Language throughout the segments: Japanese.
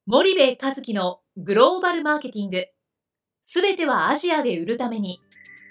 森部一樹のグローバルマーケティング。すべてはアジアで売るために。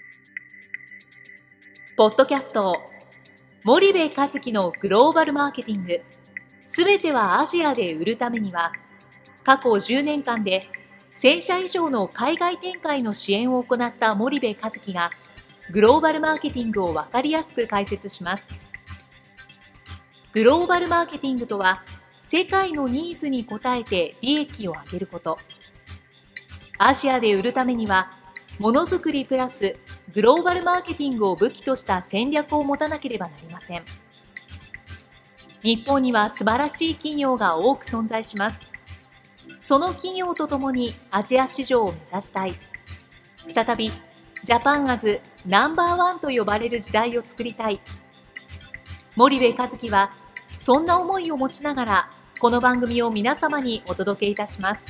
ポッドキャスト森部一樹のグローバルマーケティング。すべてはアジアで売るためには、過去10年間で1000社以上の海外展開の支援を行った森部一樹が、グローバルマーケティングをわかりやすく解説します。グローバルマーケティングとは、世界のニーズに応えて利益を上げること。アジアで売るためには、ものづくりプラスグローバルマーケティングを武器とした戦略を持たなければなりません。日本には素晴らしい企業が多く存在します。その企業とともにアジア市場を目指したい。再びジャパンアズナンバーワンと呼ばれる時代を作りたい。森部一樹はそんな思いを持ちながら、この番組を皆様にお届けいたします。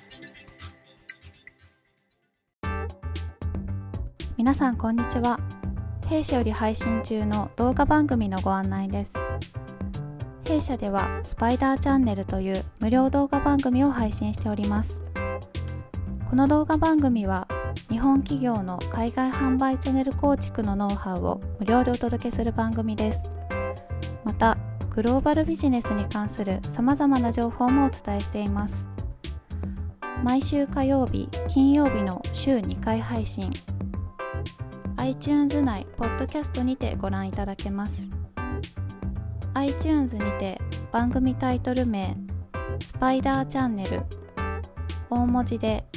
皆さんこんにちは。弊社より配信中の動画番組のご案内です。弊社ではスパイダーチャンネルという無料動画番組を配信しております。この動画番組は日本企業の海外販売チャンネル構築のノウハウを無料でお届けする番組です。またグローバルビジネスに関するさまざまな情報もお伝えしています。毎週火曜日、金曜日の週2回配信。iTunes 内ポッドキャストにてご覧いただけます。iTunes にて番組タイトル名スパイダーチャンネル、大文字で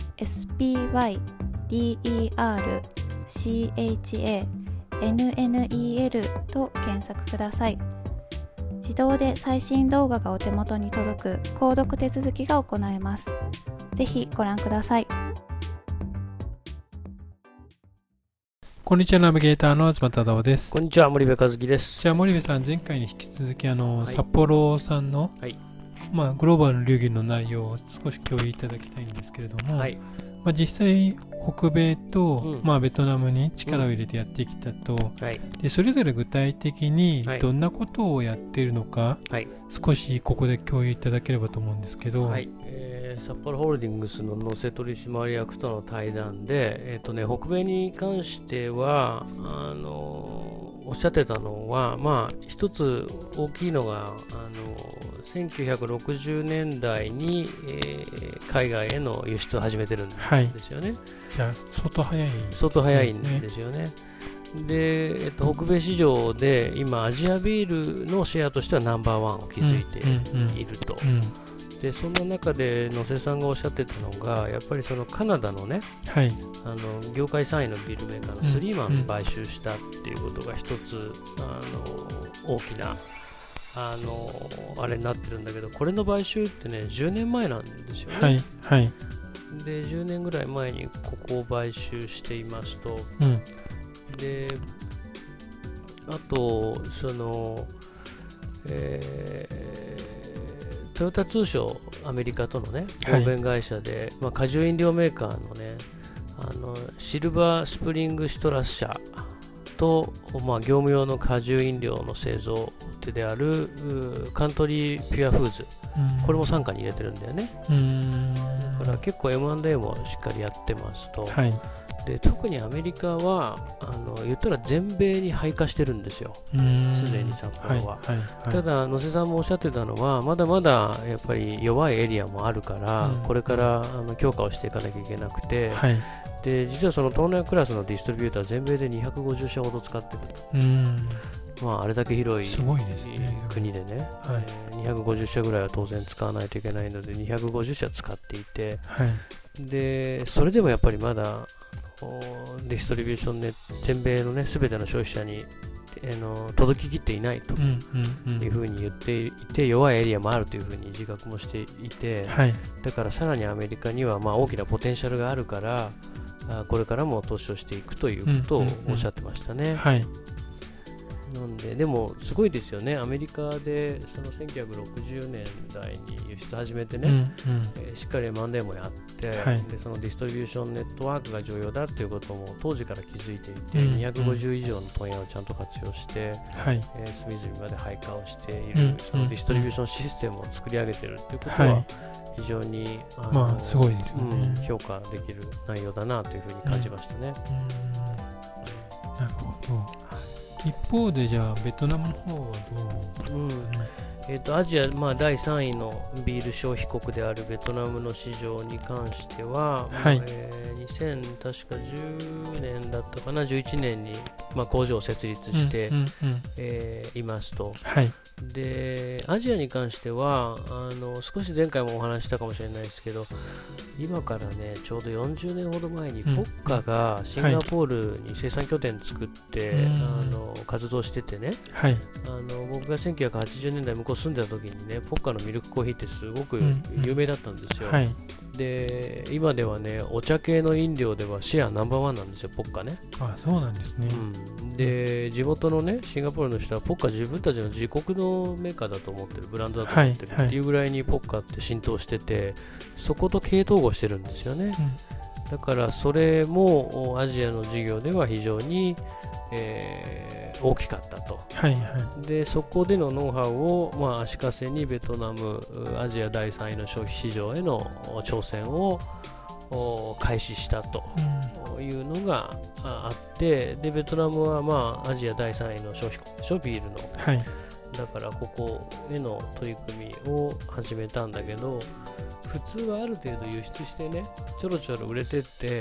SPYDERCHANNEL と検索ください。自動で最新動画がお手元に届く購読手続きが行えます。ぜひご覧ください。 こんにちは、ナビゲーターの東忠夫です。 こんにちは、森部和樹です。 じゃあ森部さん、前回に引き続き札幌さんの、グローバルの流儀の内容を少し共有いただきたいんですけれども、実際北米と、ベトナムに力を入れてやってきたと、でそれぞれ具体的にどんなことをやっているのか、少しここで共有いただければと思うんですけど、 札幌ホールディングスの野瀬取締役との対談で、北米に関してはおっしゃってたのは、一つ大きいのが1960年代に、海外への輸出を始めてるんですよね。 じゃあ相当早いんですよね。で、北米市場で今アジアビールのシェアとしてはナンバーワンを築いていると。でそんな中で野瀬さんがおっしゃってたのが、やっぱりそのカナダのね、業界3位のビールメーカーのスリーマンを買収したっていうことが一つ大きなあれになってるんだけど、これの買収ってね10年前なんですよね。で10年ぐらい前にここを買収していますと、であとそのトヨタ通商アメリカとのね合弁会社で、果汁飲料メーカーのねシルバースプリングシトラス社と、業務用の果汁飲料の製造手であるカントリーピュアフーズ、これも傘下に入れてるんだよね。だから結構 M&A もしっかりやってますと、で特にアメリカは言ったら全米に配下してるんですよ、すでに札幌は。ただ野瀬さんもおっしゃってたのは、まだまだやっぱり弱いエリアもあるから、これから強化をしていかなきゃいけなくて、で実はその東南クラスのディストリビューター全米で250社ほど使ってると。あれだけ広い国でね、250社ぐらいは当然使わないといけないので250社使っていて、でそれでもやっぱりまだディストリビューションで全米のね全ての消費者に届ききっていないというふうに言っていて、弱いエリアもあるというふうに自覚もしていて、だからさらにアメリカには大きなポテンシャルがあるから、これからも投資をしていくということをおっしゃってましたね。なんでもすごいですよね。アメリカでその1960年代に輸出始めてね、しっかりマンデーもやって、 はい、 でそのディストリビューションネットワークが重要だっていうことも当時から気づいていて、250以上の問屋をちゃんと活用して、隅々まで配下をしている、そのディストリビューションシステムを作り上げているっていうことは、非常にすごいですよね、 評価できる内容だなというふうに感じましたね。 なるほど。一方でじゃあベトナムの方はどう、 アジア、第3位のビール消費国であるベトナムの市場に関しては、2010年だったかな、11年に、工場を設立して、いますと。でアジアに関しては少し前回もお話したかもしれないですけど、今からねちょうど40年ほど前にポッカがシンガポールに生産拠点作って、活動しててね、僕が1980年代向こう住んでた時にね、ポッカのミルクコーヒーってすごく有名だったんですよ。で今ではね、お茶系の飲料ではシェアナンバーワンなんですよ、ポッカね。 そうなんですね。 で地元のねシンガポールの人はポッカ自分たちの自国のメーカーだと思ってる、ブランドだと思ってるっていうぐらいにポッカって浸透してて、そこと系統合してるんですよね。だからそれもアジアの事業では非常に、大きかったと。でそこでのノウハウを、足かせにベトナムアジア第3位の消費市場への挑戦を開始したというのがあって、でベトナムはアジア第3位の消費国でしょ、ビールの。だからここへの取り組みを始めたんだけど、普通はある程度輸出してね、ちょろちょろ売れてって、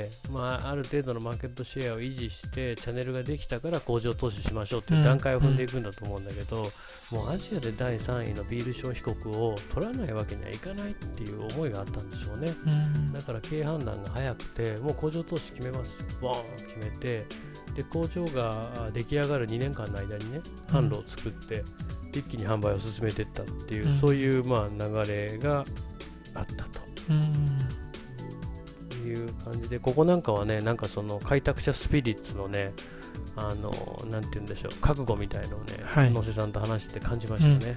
ある程度のマーケットシェアを維持してチャンネルができたから工場投資しましょうっていう段階を踏んでいくんだと思うんだけど、もうアジアで第3位のビール消費国を取らないわけにはいかないっていう思いがあったんでしょうね。だから経営判断が早くて、もう工場投資決めます、ボーン決めて、で工場が出来上がる2年間の間にね、販路を作って一気に販売を進めていったっていう、そういう流れがあったという感じで、ここなんかはね、なんかその開拓者スピリッツのね、なんて言うんでしょう、覚悟みたいのをね、野瀬さんと話して感じましたね。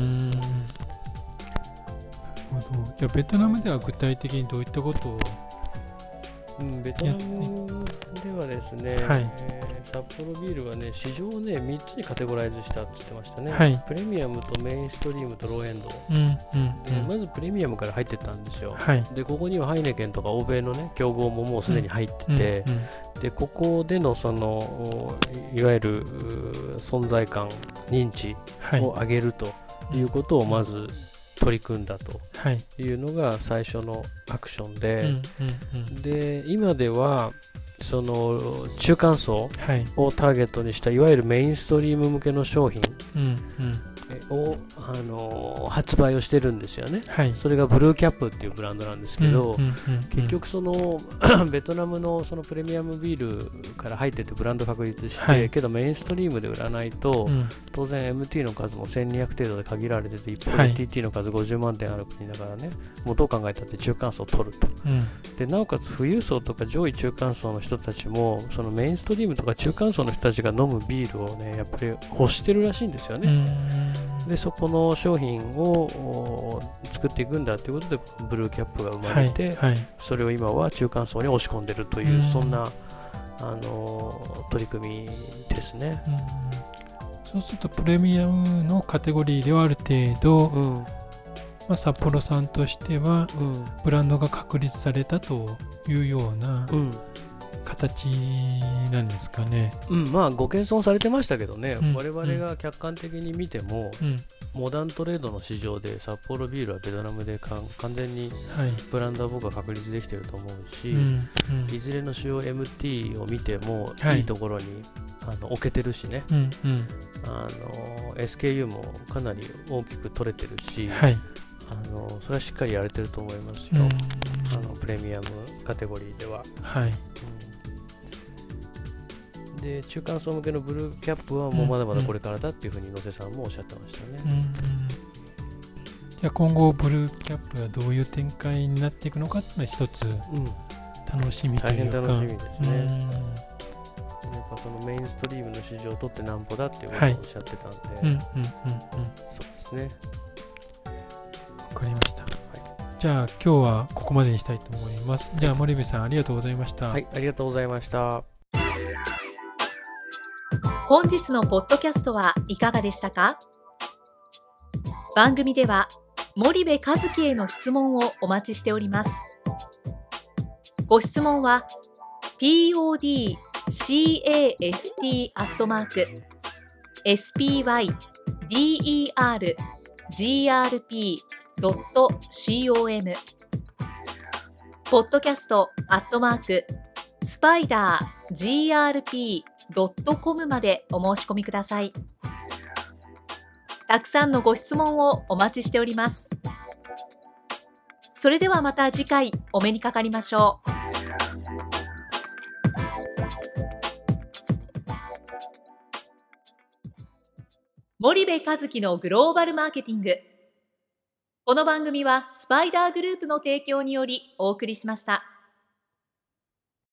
じゃあベトナムでは具体的にどういったことをベトナムではですね、札幌ビールはね、市場をね、3つにカテゴライズしたって言ってましたね。プレミアムとメインストリームとローエンド。でまずプレミアムから入ってったんですよ。で、ここにはハイネケンとか欧米のね、競合ももうすでに入ってて、で、ここでのその、いわゆる存在感、認知を上げるということをまず取り組んだというのが最初のアクションで、で、今では、その中間層をターゲットにしたいわゆるメインストリーム向けの商品を発売をしてるんですよね。それがブルーキャップっていうブランドなんですけど、結局そのベトナムのそのプレミアムビールから入っててブランド確立して、けどメインストリームで売らないと、当然 MT の数も1200程度で限られてて、一方で TT の数50万点ある国だからね、もうどう考えたって中間層を取ると。でなおかつ富裕層とか上位中間層の人たちもそのメインストリームとか中間層の人たちが飲むビールをね、やっぱり欲してるらしいんですよね。でそこの商品を作っていくんだということでブルーキャップが生まれて、それを今は中間層に押し込んでるという、そんな取り組みですね。 そうするとプレミアムのカテゴリーではある程度、札幌さんとしては、ブランドが確立されたというような、形なんですかね。 ご謙遜されてましたけどね、我々が客観的に見ても、モダントレードの市場で札幌ビールはベトナムで完全にブランドは僕は確立できていると思うし、いずれの主要 MT を見てもいいところに置けてるしね、SKU もかなり大きく取れてるし、それはしっかりやれてると思いますよ、プレミアムカテゴリーでは。で中間層向けのブルーキャップはもうまだまだこれからだっていうふうに野瀬さんもおっしゃってましたね。 じゃあ今後ブルーキャップがどういう展開になっていくのかっていうのは一つ楽しみというか、 大変楽しみですね。やっぱそのメインストリームの市場を取ってなんぼだっていうことをおっしゃってたんで、そうですね。 わかりました。 じゃあ今日はここまでにしたいと思います。じゃあ森部さんありがとうございました。 はい、ありがとうございました。 本日のポッドキャストはいかがでしたか？番組では森部一樹への質問をお待ちしております。ご質問は podcast@spydergrp.com podcast@spidergrp.com までお申し込みください。たくさんのご質問をお待ちしております。それではまた次回お目にかかりましょう。森部一樹のグローバルマーケティング。この番組はスパイダーグループの提供によりお送りしました。